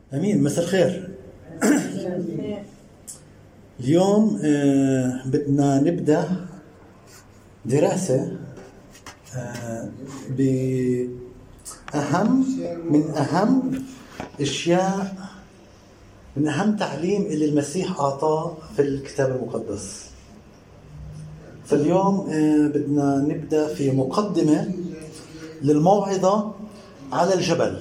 أمين. مساء الخير. اليوم بدنا نبدأ دراسة من أهم تعليم اللي المسيح أعطاه في الكتاب المقدس. فاليوم بدنا نبدأ في مقدمة للموعظة على الجبل.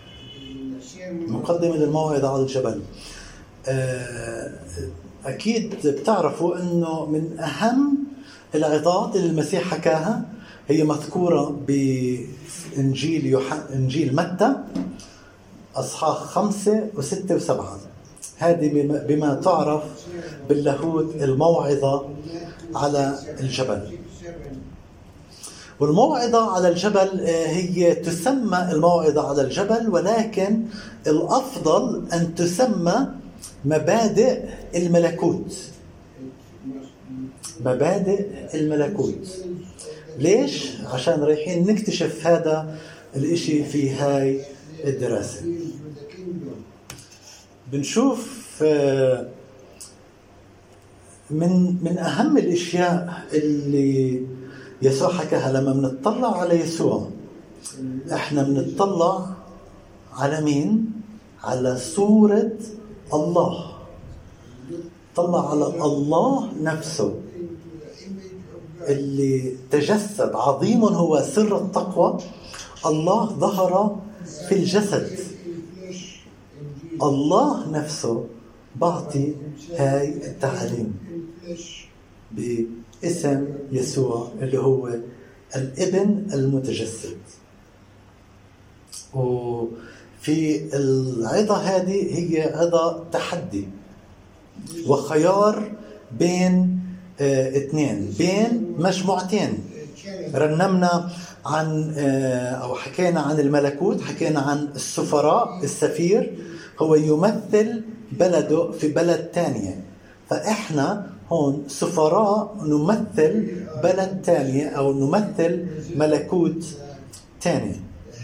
أكيد بتعرفوا أنه من أهم العظات اللي المسيح حكاها هي مذكورة بإنجيل متى أصحاح 5 و6 و7. هذه بما تعرف باللاهوت الموعظة على الجبل. والموعظة على الجبل هي تسمى الموعظة على الجبل، ولكن الأفضل أن تسمى مبادئ الملكوت. ليش؟ عشان رايحين نكتشف هذا الاشي في هاي الدراسة. بنشوف من أهم الأشياء اللي يسوع حكاها. لما بنطلع على يسوع احنا بنطلع على مين؟ على صورة الله. طلع على الله نفسه اللي تجسد. عظيم هو سر التقوى، الله ظهر في الجسد. الله نفسه بعطي هاي التعليم باسم يسوع اللي هو الابن المتجسد. وفي العظة هذه هي عظة تحدي وخيار بين اثنين، بين مجموعتين. رنمنا عن أو حكينا عن الملكوت، حكينا عن السفراء. السفير هو يمثل بلده في بلد تانية، فإحنا هون سفراء نمثل بلد تانية أو نمثل ملكوت تاني.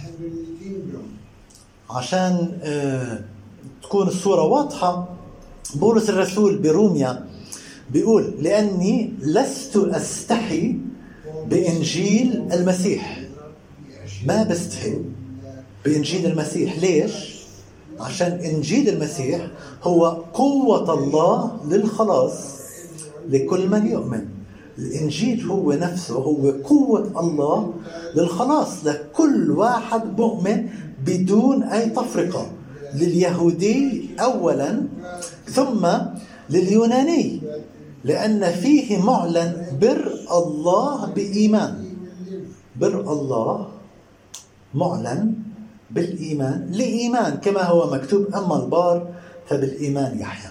عشان تكون الصورة واضحة، بولس الرسول بروميا بيقول: لأني لست أستحي بإنجيل المسيح. ما بستحي بإنجيل المسيح. ليش؟ عشان إنجيل المسيح هو قوة الله للخلاص لكل من يؤمن. الإنجيل هو نفسه هو قوة الله للخلاص لكل واحد مؤمن بدون أي تفرقة، لليهودي أولا ثم لليوناني، لأن فيه معلن بر الله بإيمان. بر الله معلن بالإيمان لإيمان، كما هو مكتوب: أما البار فبالإيمان يحيى.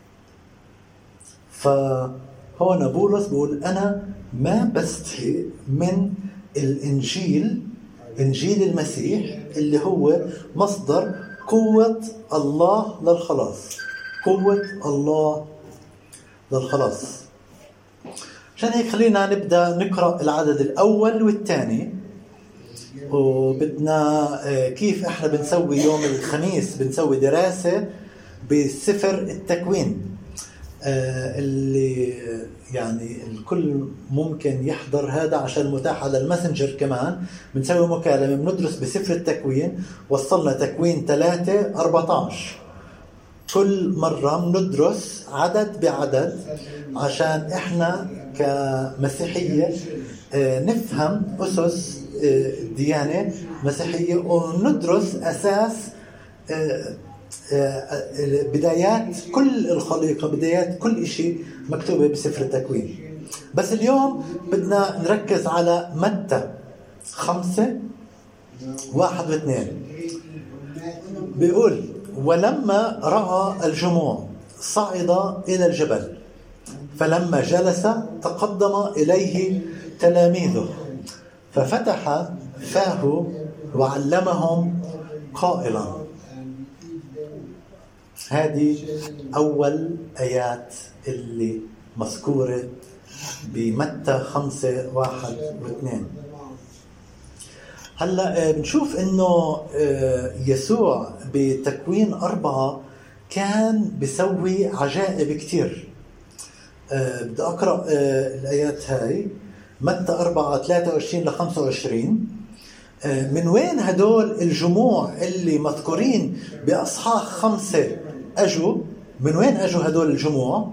فهنا بولس بيقول: أنا ما بستحي من الإنجيل، إنجيل المسيح اللي هو مصدر قوة الله للخلاص. قوة الله للخلاص. عشان هيك خلينا نبدأ نقرأ العدد الأول والثاني. وبدنا كيف احنا بنسوي يوم الخميس بنسوي دراسة بسفر التكوين، اللي يعني الكل ممكن يحضر هذا عشان متاح على الماسنجر. كمان بنسوي مكالمة، بندرس بسفر التكوين. وصلنا تكوين 3:14. كل مرة بندرس عدد بعدد عشان احنا كمسيحية نفهم أسس ديانة مسيحية، وندرس أساس بدايات كل الخليقة، بدايات كل شيء مكتوبة بسفر التكوين. بس اليوم بدنا نركز على متى 5:1-2. بيقول: ولما رأى الجموع صعد إلى الجبل، فلما جلس تقدم إليه تلاميذه، ففتح فاه وعلمهم قائلا. هذه أول آيات اللي مذكورة بمتى 5:1-2. هلا بنشوف انه يسوع بتكوين 4 كان بيسوي عجائب كتير. بدي اقرا الايات هاي، متى 4 23 ل 25. من وين هدول الجموع اللي مذكورين باصحاح 5 اجوا؟ من وين اجوا هدول الجموع؟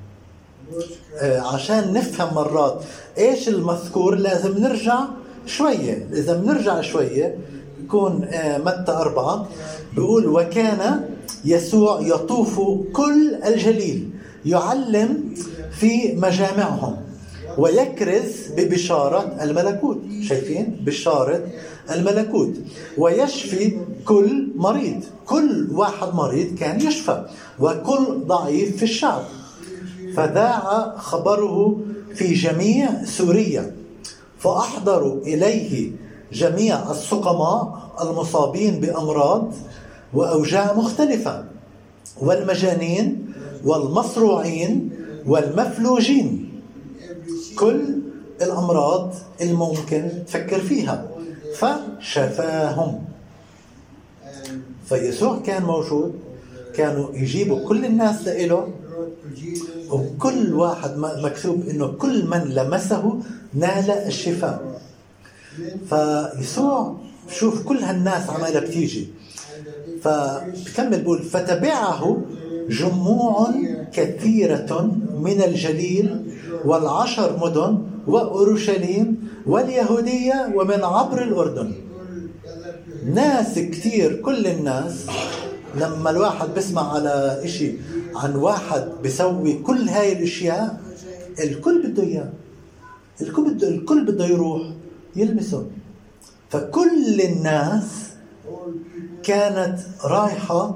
عشان نفهم مرات ايش المذكور لازم نرجع شوية. إذا بنرجع شوية يكون متى 4 بيقول: وكان يسوع يطوف كل الجليل يعلم في مجامعهم ويكرز ببشارة الملكوت. شايفين؟ بشارة الملكوت. ويشفي كل مريض، كل واحد مريض كان يشفى، وكل ضعيف في الشعب. فذاع خبره في جميع سوريا، فأحضروا إليه جميع السقماء المصابين بأمراض وأوجاع مختلفة، والمجانين والمصروعين والمفلوجين، كل الأمراض الممكن تفكر فيها، فشفاهم. فيسوع كان موجود، كانوا يجيبوا كل الناس لإله، وكل واحد مكتوب إنه كل من لمسه نال الشفاء. فيسوع شوف كل هالناس عمالة بتيجي، فبكمل بقول: فتبعه جموع كثيرة من الجليل والعشر مدن وأورشليم واليهودية ومن عبر الأردن. ناس كثير، كل الناس. لما الواحد بسمع على إشي عن واحد بيسوي كل هاي الاشياء، الكل بده اياه، الكل بده يروح يلمسه. فكل الناس كانت رايحة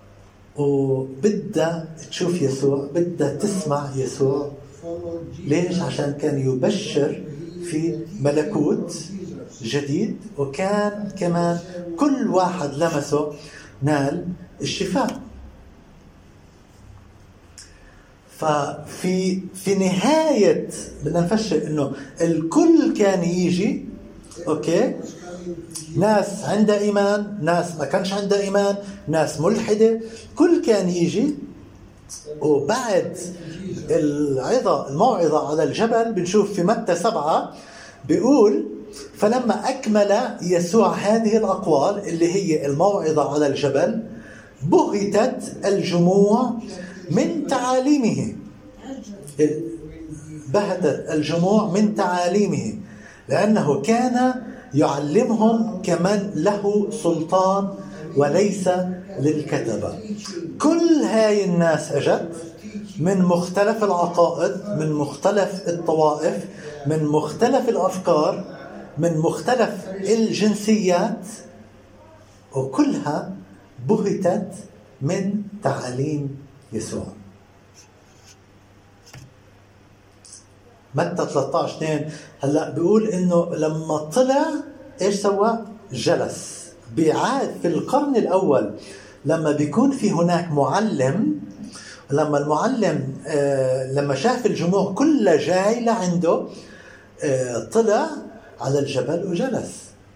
وبدها تشوف يسوع، بدها تسمع يسوع. ليش؟ عشان كان يبشر في ملكوت جديد، وكان كمان كل واحد لمسه نال الشفاء. ففي نهاية بدنا نفشل إنه الكل كان يجي، أوكي، ناس عندها إيمان، ناس ما كانش عندها إيمان، ناس ملحدة، كل كان يجي. وبعد الموعظة على الجبل بنشوف في متى 7 بيقول: فلما أكمل يسوع هذه الأقوال اللي هي الموعظة على الجبل، بهتت الجموع من تعاليمه. بهتت الجموع من تعاليمه، لأنه كان يعلمهم كمن له سلطان وليس للكتبة. كل هاي الناس أجت من مختلف العقائد، من مختلف الطوائف، من مختلف الأفكار، من مختلف الجنسيات، وكلها بهتت من تعاليم يسوع. متى 13:2 هلا بيقول انه لما طلع ايش سوى؟ جلس. بيعاد في القرن الاول لما بيكون في هناك معلم، لما المعلم لما شاف الجموع كلها جاي لعنده، طلع على الجبل وجلس.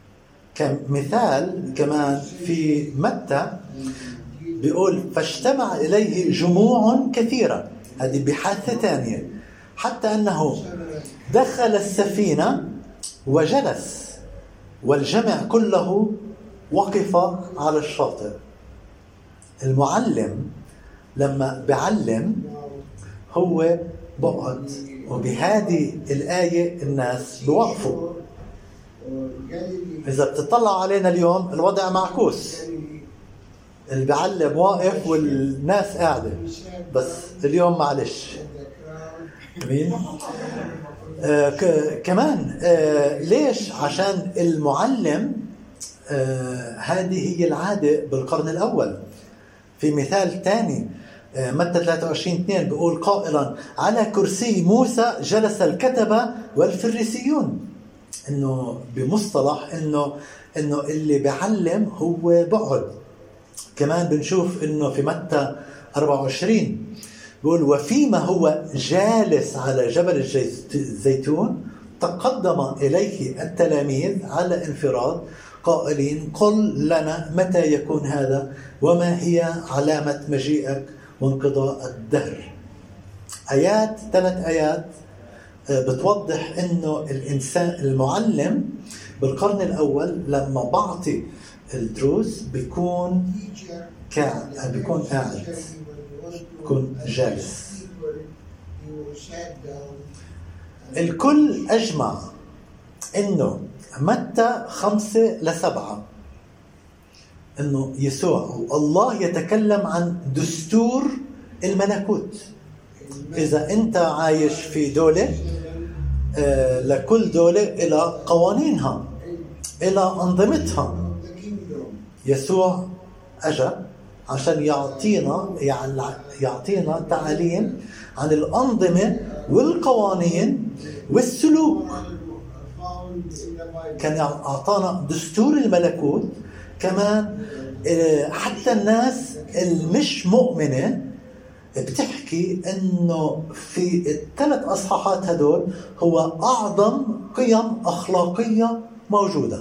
كمثال كمان في متى بيقول: فاجتمع إليه جموع كثيرة. هذه بحادثة ثانية، حتى أنه دخل السفينة وجلس، والجمع كله وقف على الشاطئ. المعلم لما بعلم هو بقعد، وبهذه الآية الناس بوقفوا. إذا بتطلع علينا اليوم الوضع معكوس، اللي بيعلم واقف والناس قاعدة، بس اليوم معلش. مين؟ كمان ليش؟ عشان المعلم هذه هي العادة بالقرن الأول. في مثال تاني متى 23:2 بيقول قائلا: على كرسي موسى جلس الكتبة والفريسيون. انه بمصطلح انه اللي بيعلم هو بقعد. كمان بنشوف انه في متى 24 بيقول: وفيما هو جالس على جبل الزيتون تقدم إليه التلاميذ على انفراد قائلين: قل لنا متى يكون هذا وما هي علامة مجيئك وانقضاء الدهر. آيات، 3 آيات بتوضح إنه الإنسان المعلم بالقرن الأول لما بعطي الدروس بيكون قاعد، بيكون جالس. الكل أجمع إنه متى 5-7 إنه يسوع الله يتكلم عن دستور الملكوت. إذا أنت عايش في دولة، لكل دولة إلى قوانينها، إلى أنظمتها. يسوع أجى عشان يعطينا تعاليم عن الأنظمة والقوانين والسلوك. كان أعطانا دستور الملكوت. كمان حتى الناس المش مؤمنة بتحكي انه في ال3 اصحاحات هدول هو اعظم قيم اخلاقية موجودة.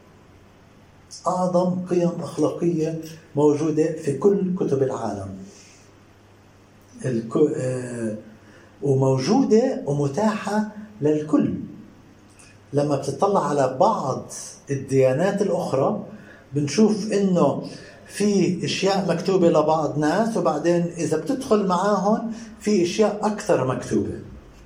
اعظم قيم اخلاقية موجودة في كل كتب العالم، وموجودة ومتاحة للكل. لما بتطلع على بعض الديانات الأخرى بنشوف إنه في اشياء مكتوبة لبعض ناس، وبعدين اذا بتدخل معاهم في اشياء اكثر مكتوبة.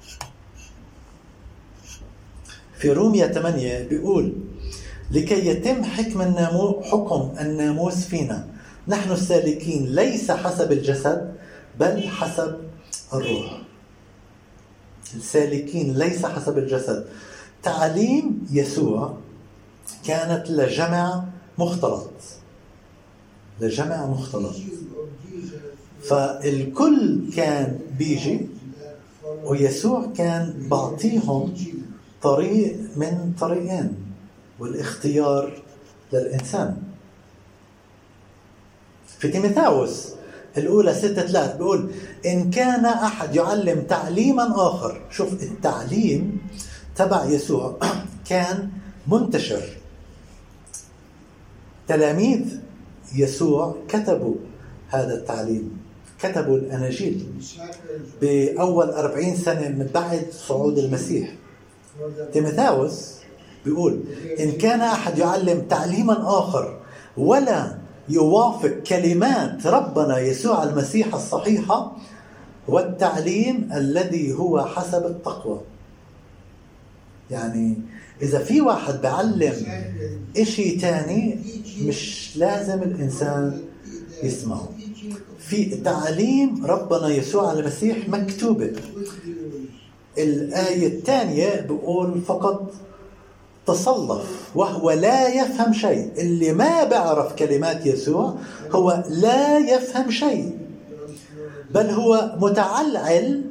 في رومية 8 بيقول: لكي يتم حكم الناموس فينا، نحن السالكين ليس حسب الجسد بل حسب الروح. السالكين ليس حسب الجسد. تعليم يسوع كانت لجمع مختلط، فالكل كان بيجي، ويسوع كان بعطيهم طريق من طريقين، والاختيار للإنسان. في تيموثاوس الأولى 6:3 بيقول: إن كان أحد يعلم تعليما آخر. شوف التعليم تبع يسوع كان منتشر. تلاميذ يسوع كتبوا هذا التعليم، كتبوا الأناجيل بأول 40 سنة من بعد صعود المسيح. تيموثاوس بيقول: إن كان أحد يعلم تعليما آخر ولا يوافق كلمات ربنا يسوع المسيح الصحيحة والتعليم الذي هو حسب التقوى. يعني إذا في واحد بعلم إشي تاني مش لازم الإنسان يسمعه. في تعليم ربنا يسوع المسيح مكتوبة. الآية الثانية بيقول: فقط تصلف وهو لا يفهم شيء. اللي ما بيعرف كلمات يسوع هو لا يفهم شيء، بل هو متعلعل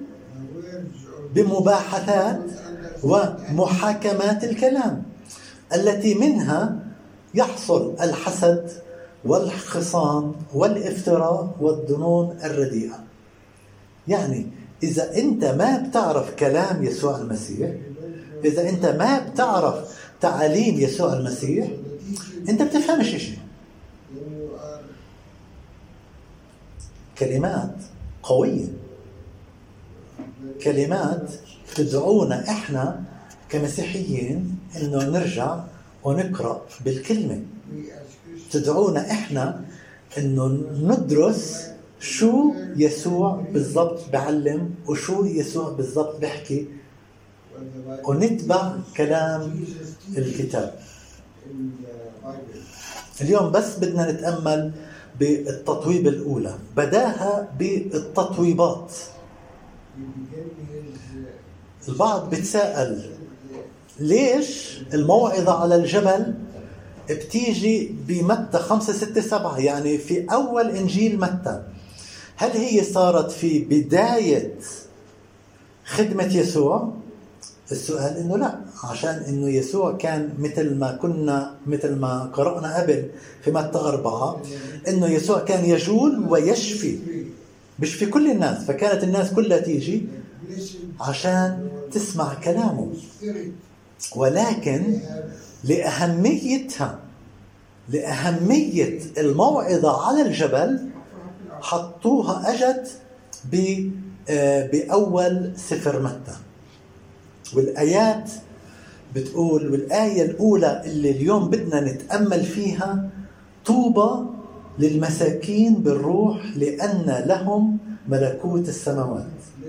بمباحثات ومحاكمات الكلام التي منها يحصل الحسد والخصام والافتراء والظنون الرديئة. يعني إذا أنت ما بتعرف كلام يسوع المسيح، إذا أنت ما بتعرف تعاليم يسوع المسيح، أنت بتفهمش شيء. كلمات قوية، كلمات تدعونا إحنا كمسيحيين إنه نرجع ونقرأ بالكلمة. تدعونا إحنا إنه ندرس شو يسوع بالضبط بعلم وشو يسوع بالضبط بحكي، ونتبع كلام الكتاب. اليوم بس بدنا نتأمل بالتطويب الأولى. بداها بالتطويبات. البعض بتساءل ليش الموعظة على الجبل بتيجي بمتى 5-6-7، يعني في أول إنجيل متى؟ هل هي صارت في بداية خدمة يسوع؟ السؤال إنه لا، عشان إنه يسوع كان مثل ما قرأنا قبل في متى 4 إنه يسوع كان يجول ويشفي، مش في كل الناس، فكانت الناس كلها تيجي عشان تسمع كلامه، ولكن لأهمية الموعظة على الجبل حطوها أجت بأول سفر متى. والآيات بتقول، والآية الأولى اللي اليوم بدنا نتأمل فيها: طوبى للمساكين بالروح لأن لهم ملكوت السماوات.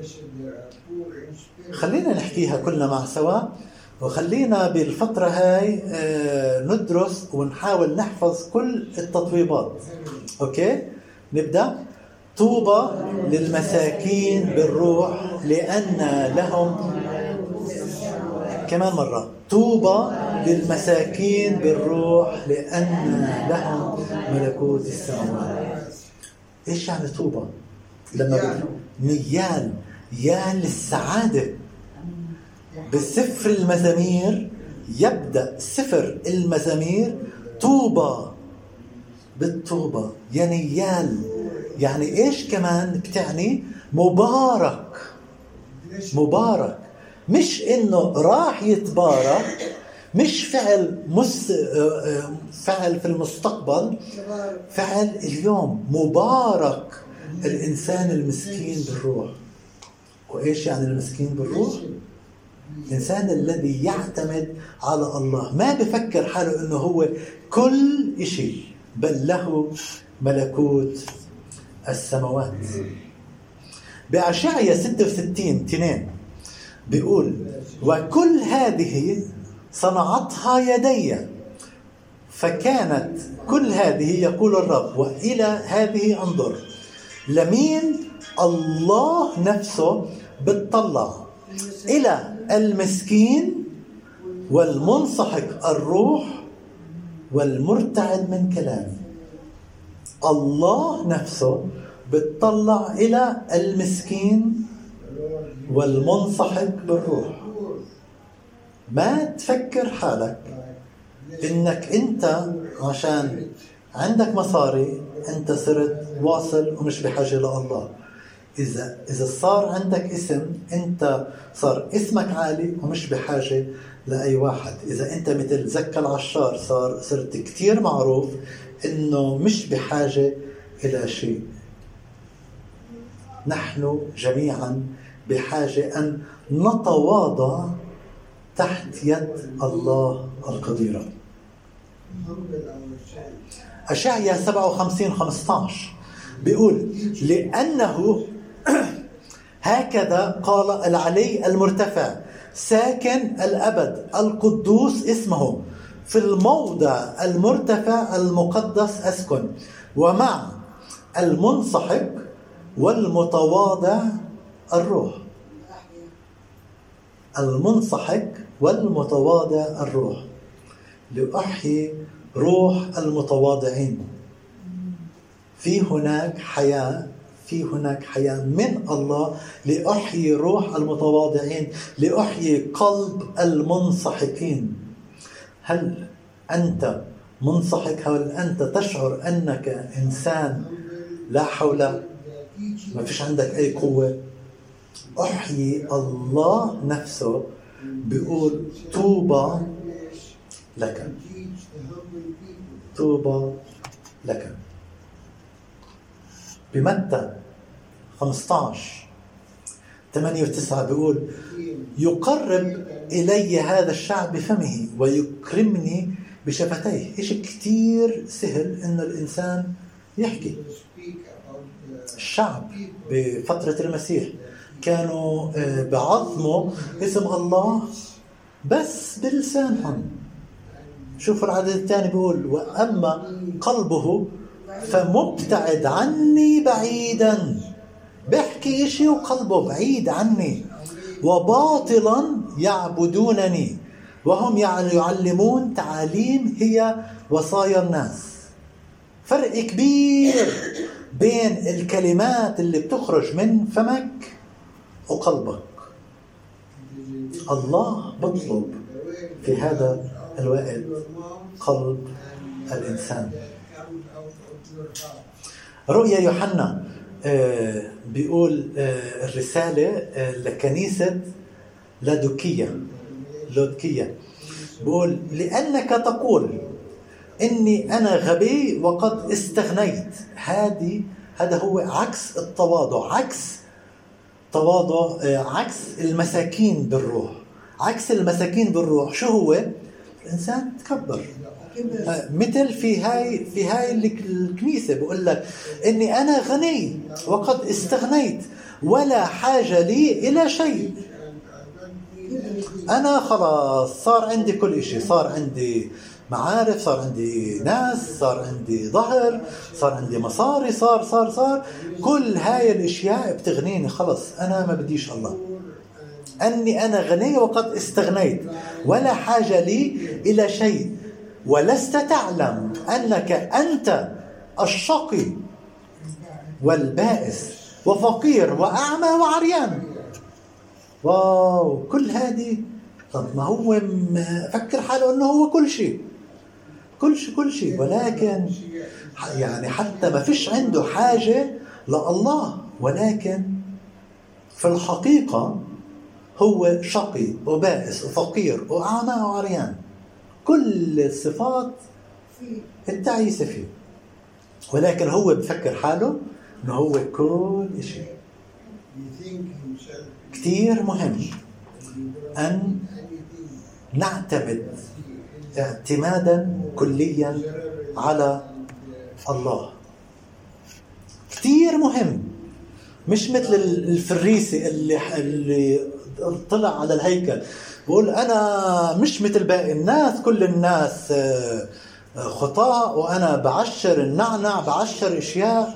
خلينا نحكيها كلنا مع سوا، وخلينا بالفترة هاي ندرس ونحاول نحفظ كل التطويبات. أوكي، نبدأ. طوبى للمساكين بالروح لأن لهم، كمان مرة، طوبى للمساكين بالروح لأن لهم ملكوت السماوات. إيش يعني طوبى؟ لما نيال للسعادة. بالسفر المزامير يبدأ سفر المزامير طوبى بالطوبى، يعني نيال. يعني إيش كمان بتعني؟ مبارك. مش إنه راح يتبارك، مش فعل في المستقبل، فعل اليوم. مبارك الإنسان المسكين بالروح. وإيش يعني المسكين بالروح؟ الإنسان الذي يعتمد على الله، ما بفكر حاله إنه هو كل إشي، بل له ملكوت السماوات. بأشعياء 66:2 بيقول: وكل هذه صنعتها يدي، فكانت كل هذه يقول الرب، وإلى هذه انظر. لمين؟ الله نفسه بتطلع إلى المسكين والمنسحق الروح والمرتعد من كلامي. الله نفسه بتطلع إلى المسكين والمنسحق بالروح. ما تفكر حالك إنك أنت عشان عندك مصاري أنت صرت واصل ومش بحاجة لله. إذا صار عندك اسم، أنت صار اسمك عالي ومش بحاجة لأي واحد. إذا أنت مثل زكا العشار صرت كتير معروف، إنه مش بحاجة إلى شيء. نحن جميعا بحاجة أن نتواضع تحت يد الله القديرة. أشعياء 57:15 بيقول: لأنه هكذا قال العلي المرتفع ساكن الأبد القدوس اسمه، في الموضع المرتفع المقدس أسكن، ومع المنسحق والمتواضع الروح. المنسحق والمتواضع الروح، لأحيي روح المتواضعين. في هناك حياة من الله لأحيي روح المتواضعين، لأحيي قلب المنسحقين. هل أنت منسحق؟ هل أنت تشعر أنك إنسان لا حول، ما فيش عندك أي قوة؟ أحيي الله نفسه بيقول: طوبى لك، طوبى لك. بمتى 15:8-9 بيقول: يقرب إلي هذا الشعب بفمه ويكرمني بشفتيه. إيش كتير سهل إنه الإنسان يحكي. الشعب بفترة المسيح كانوا بعظموا اسم الله بس بلسانهم. شوفوا العدد الثاني بيقول: وأما قلبه فمبتعد عني بعيدا. بحكي إشي وقلبه بعيد عني. وباطلا يعبدونني وهم يعلمون تعاليم هي وصايا الناس. فرق كبير بين الكلمات اللي بتخرج من فمك وقلبك. الله بطلب في هذا الوقت قلب الإنسان. رؤيا يوحنا بيقول الرسالة لكنيسة لودكية بقول لأنك تقول إني أنا غبي وقد استغنيت. هذا هو عكس التواضع، عكس المساكين بالروح. عكس المساكين بالروح شو هو؟ الإنسان تكبر. مثل في هاي الكنيسة بقول لك إني أنا غني وقد استغنيت ولا حاجة لي إلى شيء. أنا خلاص صار عندي كل شيء، صار عندي معارف، صار عندي ناس، صار عندي ظهر، صار عندي مصاري، صار كل هاي الاشياء بتغنيني. خلص انا ما بديش الله. اني انا غني وقد استغنيت ولا حاجة لي الى شيء ولست تعلم انك انت الشقي والبائس وفقير واعمى وعريان. واو، كل هذه. طب ما هو فكر حاله انه هو كل شيء، ولكن يعني حتى ما فيش عنده حاجة لله، ولكن في الحقيقة هو شقي وبائس وفقير وأعمى وعريان. كل الصفات التعيسة فيه، ولكن هو بفكر حاله انه هو كل شيء. كتير مهم أن نعتمد اعتمادا كليا على الله. كتير مهم، مش مثل الفريسي اللي طلع على الهيكل بقول أنا مش مثل باقي الناس، كل الناس خطاء وأنا بعشر النعنع، بعشر إشياء.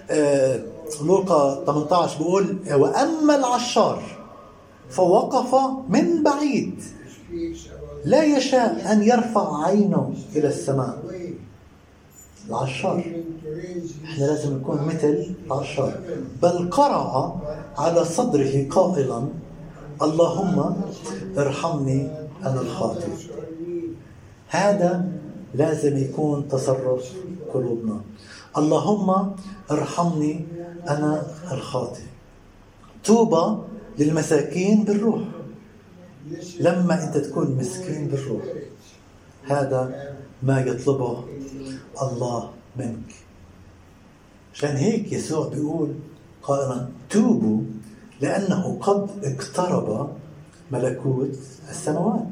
لوقا 18 بقول وأما العشار فوقف من بعيد لا يشاء أن يرفع عينه إلى السماء. العشار إحنا لازم نكون مثل العشار، بل قرأ على صدره قائلا اللهم ارحمني أنا الخاطئ. هذا لازم يكون تصرف قلوبنا. اللهم ارحمني أنا الخاطئ. طوبى للمساكين بالروح. لما أنت تكون مسكين بالروح، هذا ما يطلبه الله منك. عشان هيك يسوع بيقول قائلا توبوا لأنه قد اقترب ملكوت السماوات.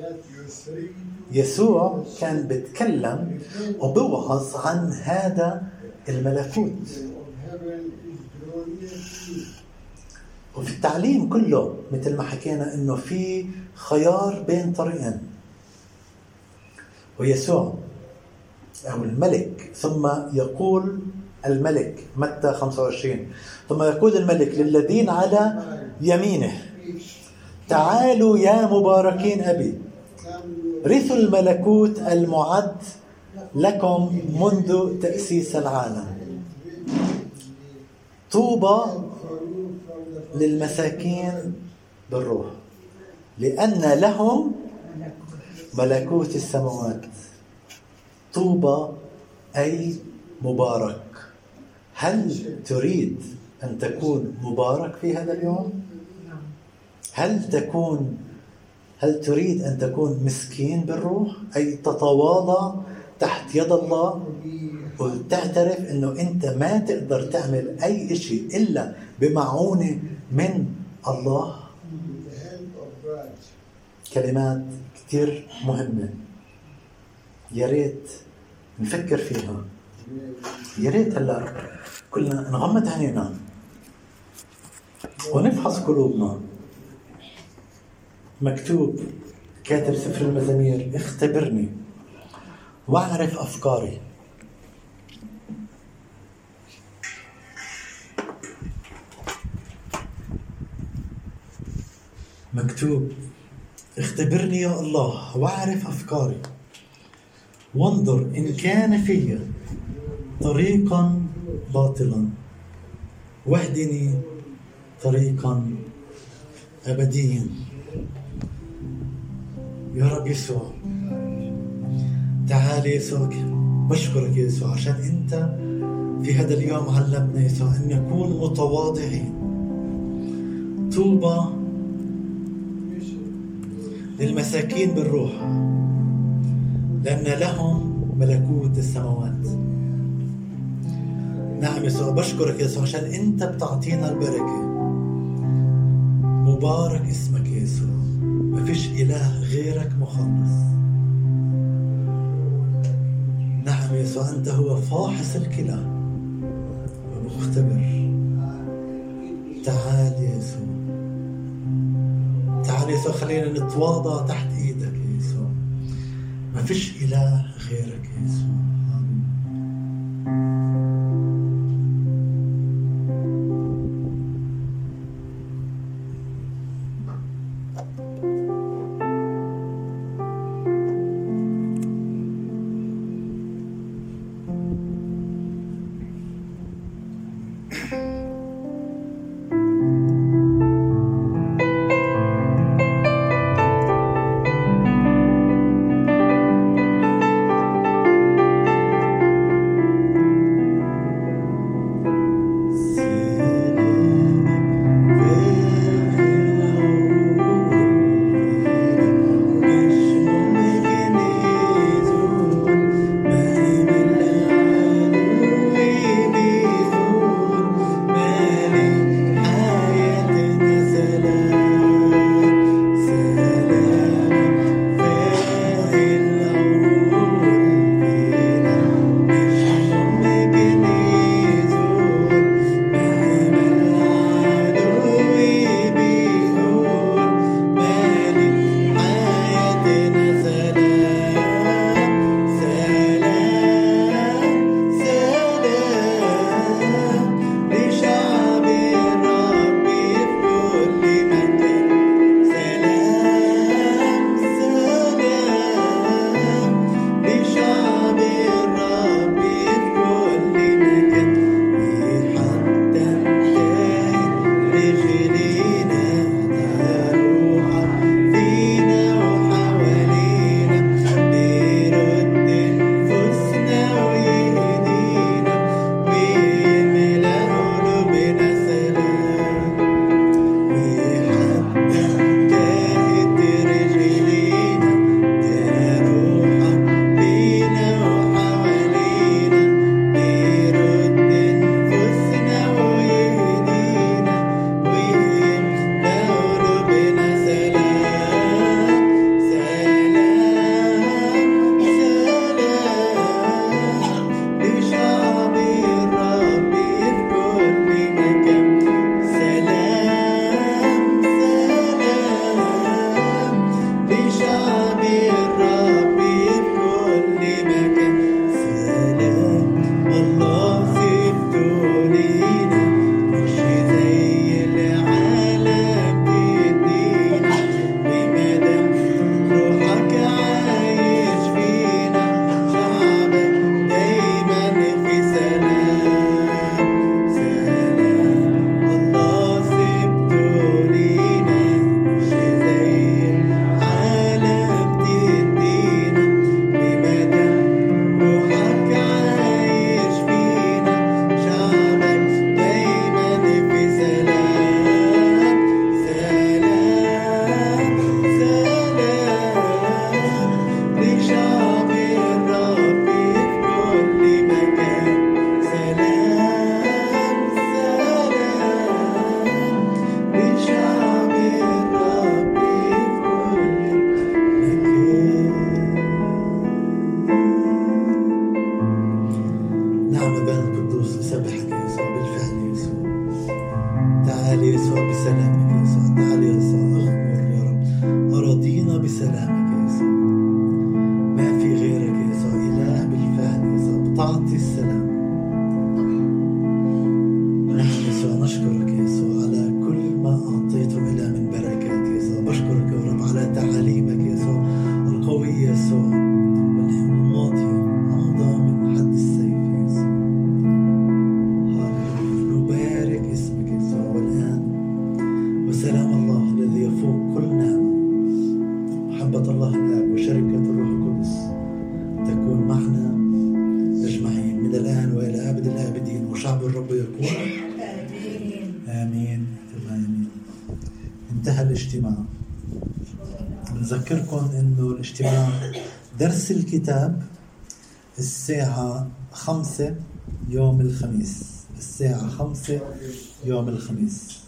يسوع كان بيتكلم وبوعظ عن هذا الملكوت. وفي التعليم كله مثل ما حكينا انه في خيار بين طريقين. ويسوع او الملك ثم يقول الملك متى 25 ثم يقول الملك للذين على يمينه تعالوا يا مباركين أبي رثوا الملكوت المعد لكم منذ تأسيس العالم. طوبى للمساكين بالروح لأن لهم ملكوت السماوات. طوبى أي مبارك. هل تريد أن تكون مبارك في هذا اليوم؟ هل تريد أن تكون مسكين بالروح أي تتواضع تحت يد الله وتعترف أنه أنت ما تقدر تعمل أي شيء إلا بمعونة من الله؟ كلمات كتير مهمة، يا ريت نفكر فيها. يا ريت هلا كلنا نغمض عينينا ونفحص قلوبنا. مكتوب كاتب سفر المزامير اختبرني واعرف أفكاري. مكتوب اختبرني يا الله واعرف أفكاري وانظر إن كان في طريقا باطلا واهدني طريقا أبديا. يا رب يسوع تعال يسوع، بشكرك يا يسوع عشان أنت في هذا اليوم علمنا يسوع أن نكون متواضعين. طوبى للمساكين بالروح، لأن لهم ملكوت السماوات. نعم يسوع، بشكرك يسوع عشان أنت بتعطينا البركة. مبارك اسمك يسوع، ما فيش إله غيرك مخلص. نعم يسوع، أنت هو فاحص الكلى ومختبر. تعال يسوع، تعال يسوع، خلينا نتواضع تحت إيدك يسوع. ما فيش إله غيرك يسوع. بنذكركم إنه الاجتماع درس الكتاب الساعة 5 يوم الخميس، الساعة 5 يوم الخميس.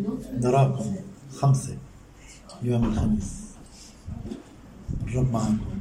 نراكم 5 يوم الخميس. الرب معكم.